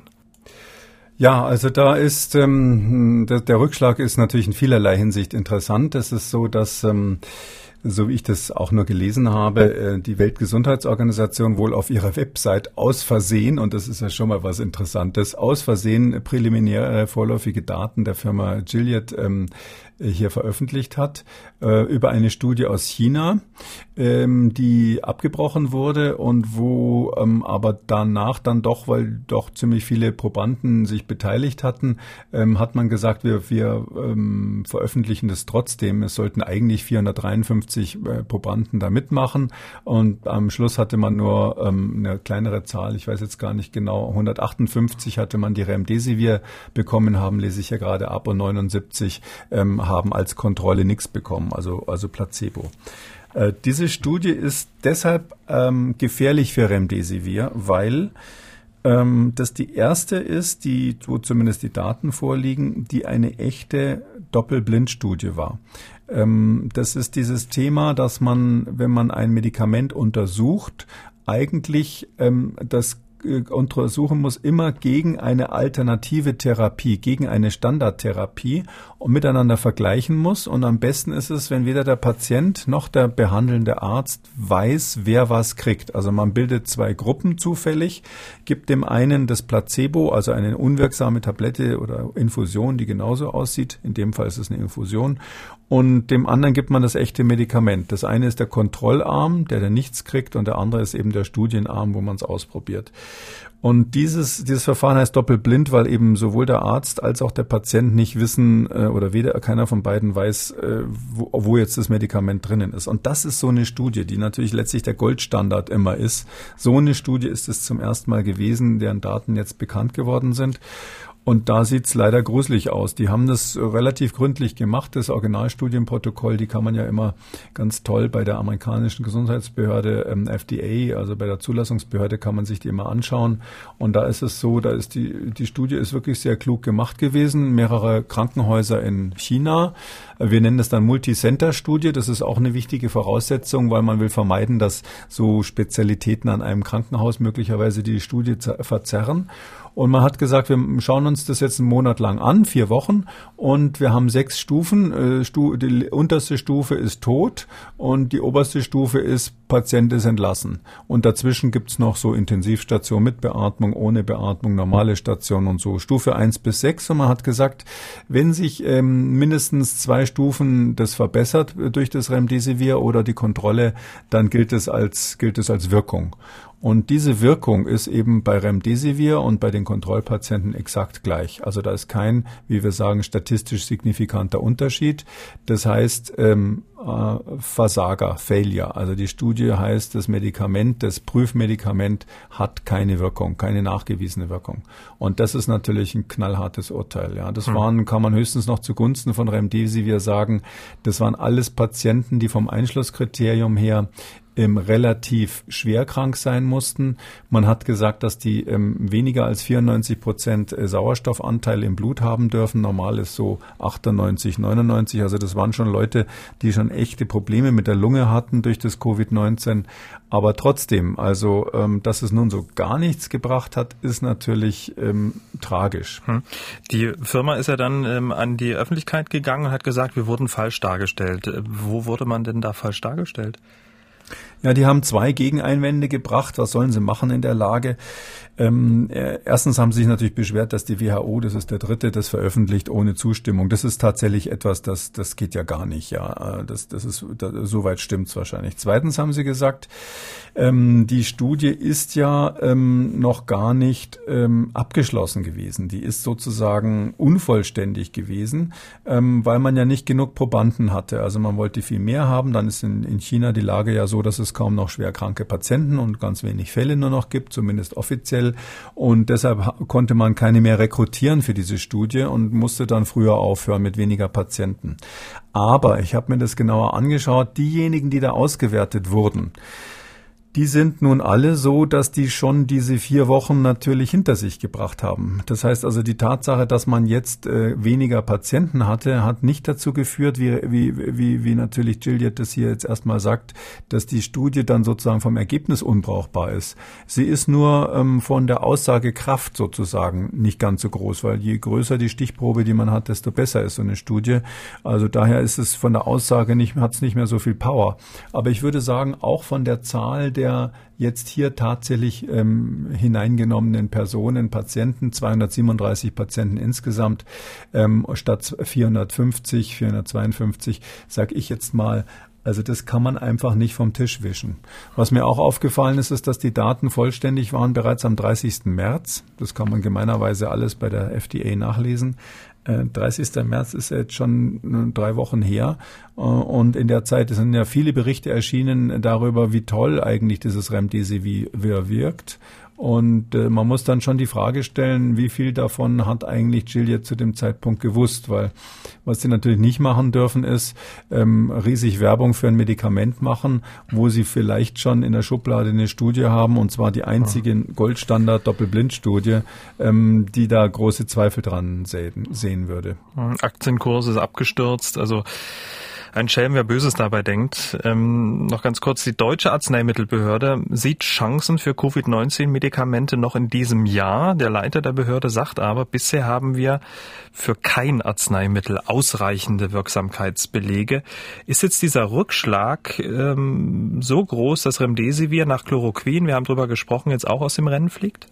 Ja, also da ist ähm, der, der Rückschlag ist natürlich in vielerlei Hinsicht interessant. Es ist so, dass ähm, so wie ich das auch nur gelesen habe, die Weltgesundheitsorganisation wohl auf ihrer Website aus Versehen, und das ist ja schon mal was Interessantes, aus Versehen präliminäre vorläufige Daten der Firma Gilead ähm, hier veröffentlicht hat, äh, über eine Studie aus China, ähm, die abgebrochen wurde und wo ähm, aber danach dann doch, weil doch ziemlich viele Probanden sich beteiligt hatten, ähm, hat man gesagt, wir, wir ähm, veröffentlichen das trotzdem. Es sollten eigentlich vierhundertdreiundfünfzig äh, Probanden da mitmachen, und am Schluss hatte man nur ähm, eine kleinere Zahl, ich weiß jetzt gar nicht genau, hundertachtundfünfzig hatte man die Remdesivir bekommen haben, lese ich ja gerade ab, und neunundsiebzig ähm, haben als Kontrolle nichts bekommen, also, also Placebo. Äh, diese Studie ist deshalb ähm, gefährlich für Remdesivir, weil ähm, das die erste ist, die, wo zumindest die Daten vorliegen, die eine echte Doppelblindstudie war. Ähm, das ist dieses Thema, dass man, wenn man ein Medikament untersucht, eigentlich ähm, das untersuchen muss, immer gegen eine alternative Therapie, gegen eine Standardtherapie, und miteinander vergleichen muss. Und am besten ist es, wenn weder der Patient noch der behandelnde Arzt weiß, wer was kriegt. Also man bildet zwei Gruppen zufällig, gibt dem einen das Placebo, also eine unwirksame Tablette oder Infusion, die genauso aussieht. In dem Fall ist es eine Infusion. Und dem anderen gibt man das echte Medikament. Das eine ist der Kontrollarm, der, der nichts kriegt, und der andere ist eben der Studienarm, wo man es ausprobiert. Und dieses, dieses Verfahren heißt doppelblind, weil eben sowohl der Arzt als auch der Patient nicht wissen, äh, oder weder keiner von beiden weiß, äh, wo, wo jetzt das Medikament drinnen ist. Und das ist so eine Studie, die natürlich letztlich der Goldstandard immer ist. So eine Studie ist es zum ersten Mal gewesen, deren Daten jetzt bekannt geworden sind. Und da sieht's leider gruselig aus. Die haben das relativ gründlich gemacht, das Originalstudienprotokoll, die kann man ja immer ganz toll bei der amerikanischen Gesundheitsbehörde ähm, F D A, also bei der Zulassungsbehörde, kann man sich die immer anschauen. Und da ist es so, da ist die, die Studie ist wirklich sehr klug gemacht gewesen. Mehrere Krankenhäuser in China. Wir nennen das dann Multicenter-Studie. Das ist auch eine wichtige Voraussetzung, weil man will vermeiden, dass so Spezialitäten an einem Krankenhaus möglicherweise die Studie verzerren. Und man hat gesagt, wir schauen uns uns das jetzt einen Monat lang an, vier Wochen, und wir haben sechs Stufen. Äh, Stu- die unterste Stufe ist tot und die oberste Stufe ist Patient ist entlassen. Und dazwischen gibt's noch so Intensivstation mit Beatmung, ohne Beatmung, normale Station und so. Stufe eins bis sechs. Und man hat gesagt, wenn sich ähm, mindestens zwei Stufen das verbessert durch das Remdesivir oder die Kontrolle, dann gilt es als, gilt es als Wirkung. Und diese Wirkung ist eben bei Remdesivir und bei den Kontrollpatienten exakt gleich. Also da ist kein, wie wir sagen, statistisch signifikanter Unterschied. Das heißt ähm, äh, Versager, Failure. Also die Studie heißt, das Medikament, das Prüfmedikament hat keine Wirkung, keine nachgewiesene Wirkung. Und das ist natürlich ein knallhartes Urteil. Ja, das waren, kann man höchstens noch zugunsten von Remdesivir sagen, das waren alles Patienten, die vom Einschlusskriterium her Ähm, relativ schwer krank sein mussten. Man hat gesagt, dass die ähm, weniger als vierundneunzig Prozent Sauerstoffanteil im Blut haben dürfen. Normal ist so achtundneunzig, neunundneunzig. Also das waren schon Leute, die schon echte Probleme mit der Lunge hatten durch das Covid neunzehn. Aber trotzdem, also ähm, dass es nun so gar nichts gebracht hat, ist natürlich ähm, tragisch. Die Firma ist ja dann ähm, an die Öffentlichkeit gegangen und hat gesagt, wir wurden falsch dargestellt. Wo wurde man denn da falsch dargestellt? Ja, die haben zwei Gegeneinwände gebracht. Was sollen sie machen in der Lage? Ähm, äh, erstens haben sie sich natürlich beschwert, dass die W H O, das ist der dritte, das veröffentlicht ohne Zustimmung. Das ist tatsächlich etwas, das das geht ja gar nicht. Ja, das das ist das, soweit stimmt's wahrscheinlich. Zweitens haben sie gesagt, ähm, die Studie ist ja ähm, noch gar nicht ähm, abgeschlossen gewesen. Die ist sozusagen unvollständig gewesen, ähm, weil man ja nicht genug Probanden hatte. Also man wollte viel mehr haben. Dann ist in, in China die Lage ja so, dass es kaum noch schwerkranke Patienten und ganz wenig Fälle nur noch gibt, zumindest offiziell. Und deshalb konnte man keine mehr rekrutieren für diese Studie und musste dann früher aufhören mit weniger Patienten. Aber ich habe mir das genauer angeschaut. Diejenigen, die da ausgewertet wurden, die sind nun alle so, dass die schon diese vier Wochen natürlich hinter sich gebracht haben. Das heißt also, die Tatsache, dass man jetzt äh, weniger Patienten hatte, hat nicht dazu geführt, wie, wie, wie, wie natürlich Gilead das hier jetzt erstmal sagt, dass die Studie dann sozusagen vom Ergebnis unbrauchbar ist. Sie ist nur ähm, von der Aussagekraft sozusagen nicht ganz so groß, weil je größer die Stichprobe, die man hat, desto besser ist so eine Studie. Also daher ist es von der Aussage nicht, hat es nicht mehr so viel Power. Aber ich würde sagen, auch von der Zahl der der jetzt hier tatsächlich ähm, hineingenommenen Personen, Patienten, zweihundertsiebenunddreißig Patienten insgesamt, ähm, statt vierhundertfünfzig, vierhundertzweiundfünfzig, sage ich jetzt mal. Also das kann man einfach nicht vom Tisch wischen. Was mir auch aufgefallen ist, ist, dass die Daten vollständig waren bereits am dreißigsten März. Das kann man gemeinerweise alles bei der F D A nachlesen. Äh, dreißigsten März ist jetzt schon drei Wochen her. Äh, und in der Zeit sind ja viele Berichte erschienen darüber, wie toll eigentlich dieses Remdesivir wirkt. Und äh, man muss dann schon die Frage stellen, wie viel davon hat eigentlich Gilead zu dem Zeitpunkt gewusst? Weil was sie natürlich nicht machen dürfen, ist ähm, riesig Werbung für ein Medikament machen, wo sie vielleicht schon in der Schublade eine Studie haben, und zwar die einzige Goldstandard-Doppelblindstudie, ähm, die da große Zweifel dran sehen, sehen würde. Aktienkurs ist abgestürzt, also ein Schelm, wer Böses dabei denkt. Ähm, noch ganz kurz, die Deutsche Arzneimittelbehörde sieht Chancen für Covid neunzehn Medikamente noch in diesem Jahr. Der Leiter der Behörde sagt aber, bisher haben wir für kein Arzneimittel ausreichende Wirksamkeitsbelege. Ist jetzt dieser Rückschlag ähm, so groß, dass Remdesivir nach Chloroquin, wir haben drüber gesprochen, jetzt auch aus dem Rennen fliegt?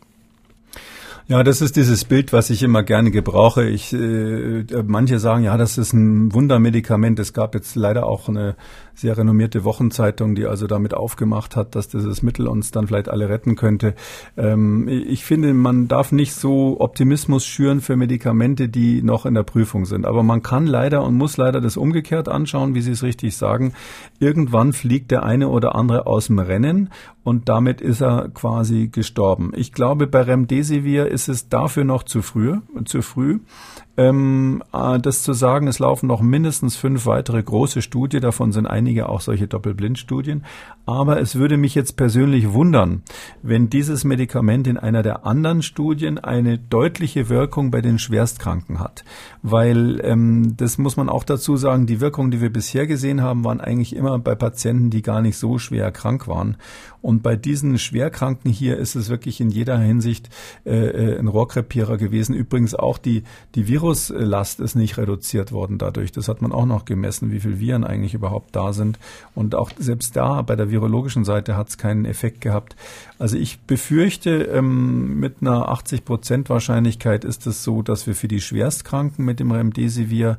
Ja, das ist dieses Bild, was ich immer gerne gebrauche. Ich, äh, manche sagen, ja, das ist ein Wundermedikament. Es gab jetzt leider auch eine sehr renommierte Wochenzeitung, die also damit aufgemacht hat, dass dieses Mittel uns dann vielleicht alle retten könnte. Ähm, ich finde, man darf nicht so Optimismus schüren für Medikamente, die noch in der Prüfung sind. Aber man kann leider und muss leider das umgekehrt anschauen, wie Sie es richtig sagen. Irgendwann fliegt der eine oder andere aus dem Rennen und damit ist er quasi gestorben. Ich glaube, bei Remdesivir ist es dafür noch zu früh, zu früh. Ähm, äh, das zu sagen, es laufen noch mindestens fünf weitere große Studien, davon sind einige auch solche Doppelblindstudien. Aber es würde mich jetzt persönlich wundern, wenn dieses Medikament in einer der anderen Studien eine deutliche Wirkung bei den Schwerstkranken hat. Weil, ähm, das muss man auch dazu sagen, die Wirkungen, die wir bisher gesehen haben, waren eigentlich immer bei Patienten, die gar nicht so schwer krank waren. Und bei diesen Schwerkranken hier ist es wirklich in jeder Hinsicht äh, ein Rohrkrepierer gewesen. Übrigens auch die, die Viruslast ist nicht reduziert worden dadurch. Das hat man auch noch gemessen, wie viele Viren eigentlich überhaupt da sind. Und auch selbst da bei der virologischen Seite hat es keinen Effekt gehabt. Also ich befürchte, ähm, mit einer achtzig Prozent Wahrscheinlichkeit ist es so, dass wir für die Schwerstkranken mit dem Remdesivir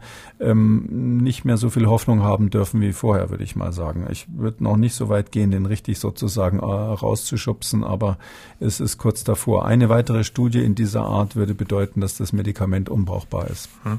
ähm, nicht mehr so viel Hoffnung haben dürfen wie vorher, würde ich mal sagen. Ich würde noch nicht so weit gehen, den richtig sozusagen äh, rauszuschubsen, aber es ist kurz davor. Eine weitere Studie in dieser Art würde bedeuten, dass das Medikament unbrauchbar ist. Hm.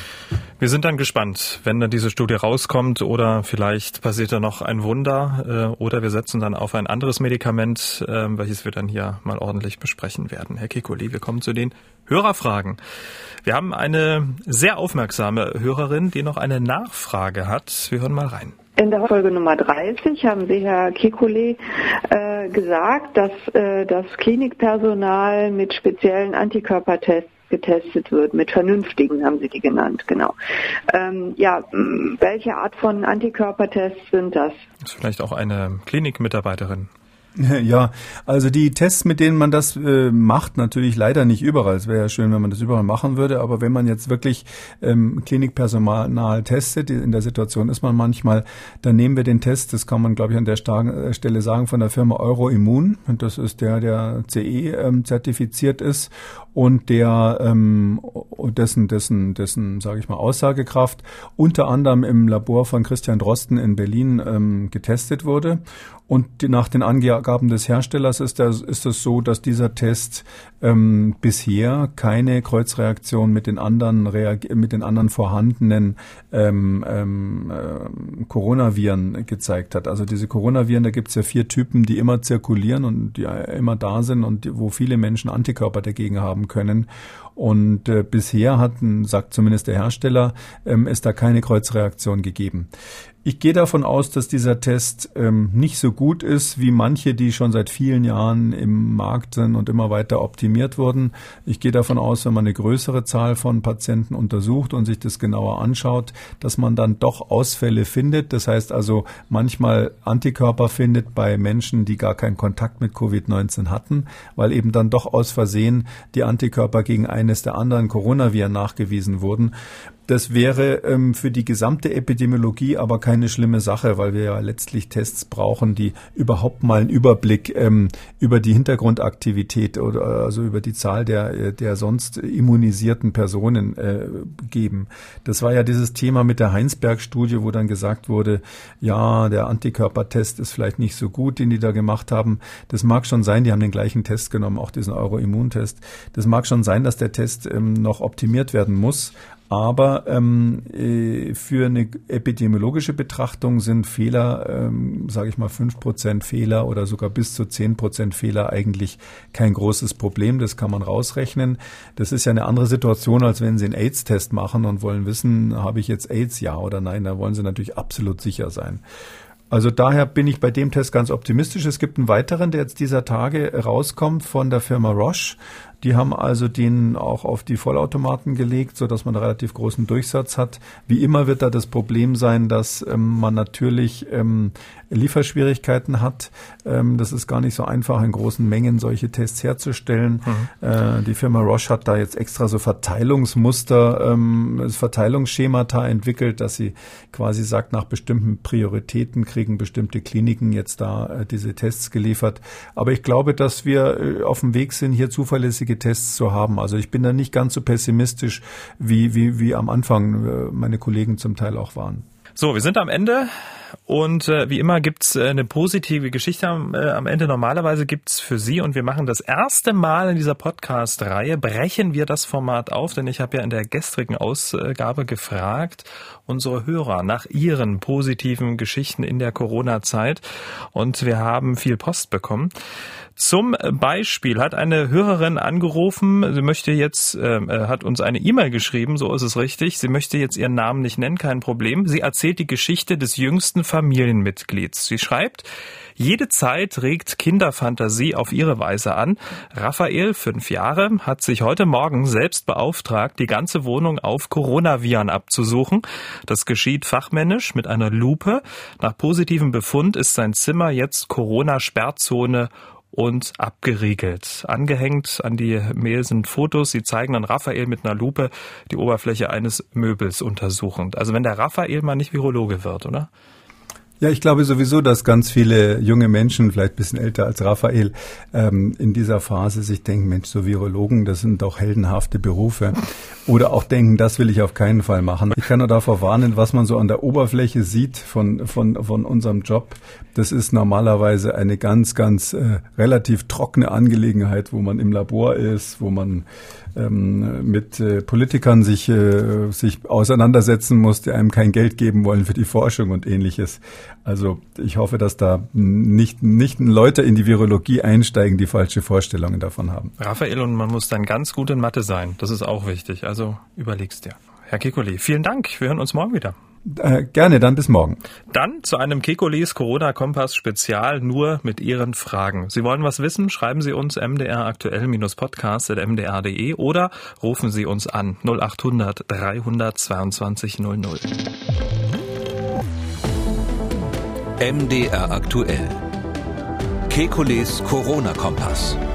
Wir sind dann gespannt, wenn dann diese Studie rauskommt oder vielleicht passiert da noch ein Wunder äh, oder wir setzen dann auf ein anderes Medikament, äh, welches wir dann hier mal ordentlich besprechen werden. Herr Kekulé, wir kommen zu den Hörerfragen. Wir haben eine sehr aufmerksame Hörerin, die noch eine Nachfrage hat. Wir hören mal rein. In der Folge Nummer dreißig haben Sie, Herr Kekulé, äh, gesagt, dass äh, das Klinikpersonal mit speziellen Antikörpertests getestet wird, mit vernünftigen haben Sie die genannt, genau. Ähm, ja, welche Art von Antikörpertests sind das? Das ist vielleicht auch eine Klinikmitarbeiterin. Ja, also die Tests, mit denen man das äh, macht, natürlich leider nicht überall. Es wäre ja schön, wenn man das überall machen würde, aber wenn man jetzt wirklich ähm, Klinikpersonal testet, in der Situation ist man manchmal, dann nehmen wir den Test, das kann man, glaube ich, an der Star- Stelle sagen, von der Firma Euroimmun. Und das ist der, der C E ähm, zertifiziert ist und der ähm, dessen, dessen, dessen, sage ich mal, Aussagekraft unter anderem im Labor von Christian Drosten in Berlin ähm, getestet wurde. Und die, nach den Angaben des Herstellers ist das, ist es so, dass dieser Test ähm, bisher keine Kreuzreaktion mit den anderen Reag- mit den anderen vorhandenen ähm, ähm, äh, Coronaviren gezeigt hat. Also diese Coronaviren, da gibt es ja vier Typen, die immer zirkulieren und die immer da sind und die, wo viele Menschen Antikörper dagegen haben können. Und äh, bisher hat, sagt zumindest der Hersteller, ähm, ist da keine Kreuzreaktion gegeben. Ich gehe davon aus, dass dieser Test ähm, nicht so gut ist wie manche, die schon seit vielen Jahren im Markt sind und immer weiter optimiert wurden. Ich gehe davon aus, wenn man eine größere Zahl von Patienten untersucht und sich das genauer anschaut, dass man dann doch Ausfälle findet. Das heißt also manchmal Antikörper findet bei Menschen, die gar keinen Kontakt mit Covid neunzehn hatten, weil eben dann doch aus Versehen die Antikörper gegen eines der anderen Coronaviren nachgewiesen wurden. Das wäre ähm, für die gesamte Epidemiologie aber keine schlimme Sache, weil wir ja letztlich Tests brauchen, die überhaupt mal einen Überblick ähm, über die Hintergrundaktivität oder also über die Zahl der der sonst immunisierten Personen äh, geben. Das war ja dieses Thema mit der Heinsberg-Studie, wo dann gesagt wurde, ja, der Antikörpertest ist vielleicht nicht so gut, den die da gemacht haben. Das mag schon sein, die haben den gleichen Test genommen, auch diesen Euroimmun-Test. Das mag schon sein, dass der Test ähm, noch optimiert werden muss. Aber ähm, äh, für eine epidemiologische Betrachtung sind Fehler, ähm, sage ich mal fünf Prozent Fehler oder sogar bis zu zehn Prozent Fehler eigentlich kein großes Problem. Das kann man rausrechnen. Das ist ja eine andere Situation, als wenn Sie einen AIDS-Test machen und wollen wissen, habe ich jetzt AIDS, ja oder nein. Da wollen Sie natürlich absolut sicher sein. Also daher bin ich bei dem Test ganz optimistisch. Es gibt einen weiteren, der jetzt dieser Tage rauskommt von der Firma Roche. Die haben also den auch auf die Vollautomaten gelegt, so dass man einen relativ großen Durchsatz hat. Wie immer wird da das Problem sein, dass ähm, man natürlich ähm, Lieferschwierigkeiten hat. Ähm, das ist gar nicht so einfach, in großen Mengen solche Tests herzustellen. Mhm. Äh, die Firma Roche hat da jetzt extra so Verteilungsmuster, ähm, Verteilungsschemata entwickelt, dass sie quasi sagt, nach bestimmten Prioritäten kriegen bestimmte Kliniken jetzt da äh, diese Tests geliefert. Aber ich glaube, dass wir äh, auf dem Weg sind, hier zuverlässige Tests zu haben. Also ich bin da nicht ganz so pessimistisch, wie, wie, wie am Anfang äh, meine Kollegen zum Teil auch waren. So, wir sind am Ende. Und äh, wie immer gibt's äh, eine positive Geschichte am, äh, am Ende. Normalerweise gibt's für Sie, und wir machen das erste Mal in dieser Podcast-Reihe, brechen wir das Format auf, denn ich habe ja in der gestrigen Ausgabe gefragt, unsere Hörer nach ihren positiven Geschichten in der Corona-Zeit, und wir haben viel Post bekommen. Zum Beispiel hat eine Hörerin angerufen, sie möchte jetzt, äh, hat uns eine E-Mail geschrieben, so ist es richtig, sie möchte jetzt ihren Namen nicht nennen, kein Problem. Sie erzählt die Geschichte des jüngsten Familienmitglieds. Sie schreibt: Jede Zeit regt Kinderfantasie auf ihre Weise an. Raphael, fünf Jahre, hat sich heute Morgen selbst beauftragt, die ganze Wohnung auf Coronaviren abzusuchen. Das geschieht fachmännisch mit einer Lupe. Nach positivem Befund ist sein Zimmer jetzt Corona-Sperrzone und abgeriegelt. Angehängt an die Mail sind Fotos, sie zeigen dann Raphael mit einer Lupe die Oberfläche eines Möbels untersuchend. Also wenn der Raphael mal nicht Virologe wird, oder? Ja, ich glaube sowieso, dass ganz viele junge Menschen, vielleicht ein bisschen älter als Raphael, ähm, in dieser Phase sich denken, Mensch, so Virologen, das sind doch heldenhafte Berufe. Oder auch denken, das will ich auf keinen Fall machen. Ich kann nur davor warnen, was man so an der Oberfläche sieht von von von unserem Job. Das ist normalerweise eine ganz, ganz äh, relativ trockene Angelegenheit, wo man im Labor ist, wo man ähm, mit äh, Politikern sich äh, sich auseinandersetzen muss, die einem kein Geld geben wollen für die Forschung und Ähnliches. Also ich hoffe, dass da nicht nicht Leute in die Virologie einsteigen, die falsche Vorstellungen davon haben. Raphael, und man muss dann ganz gut in Mathe sein. Das ist auch wichtig. Also überleg's dir. Herr Kekulé, vielen Dank. Wir hören uns morgen wieder. Äh, gerne, dann bis morgen. Dann zu einem Kekulés Corona-Kompass-Spezial nur mit Ihren Fragen. Sie wollen was wissen? Schreiben Sie uns m d r aktuell podcast at m d r punkt d e oder rufen Sie uns an null acht hundert dreihundertzweiundzwanzig null null. M D R aktuell. Kekulés Corona-Kompass.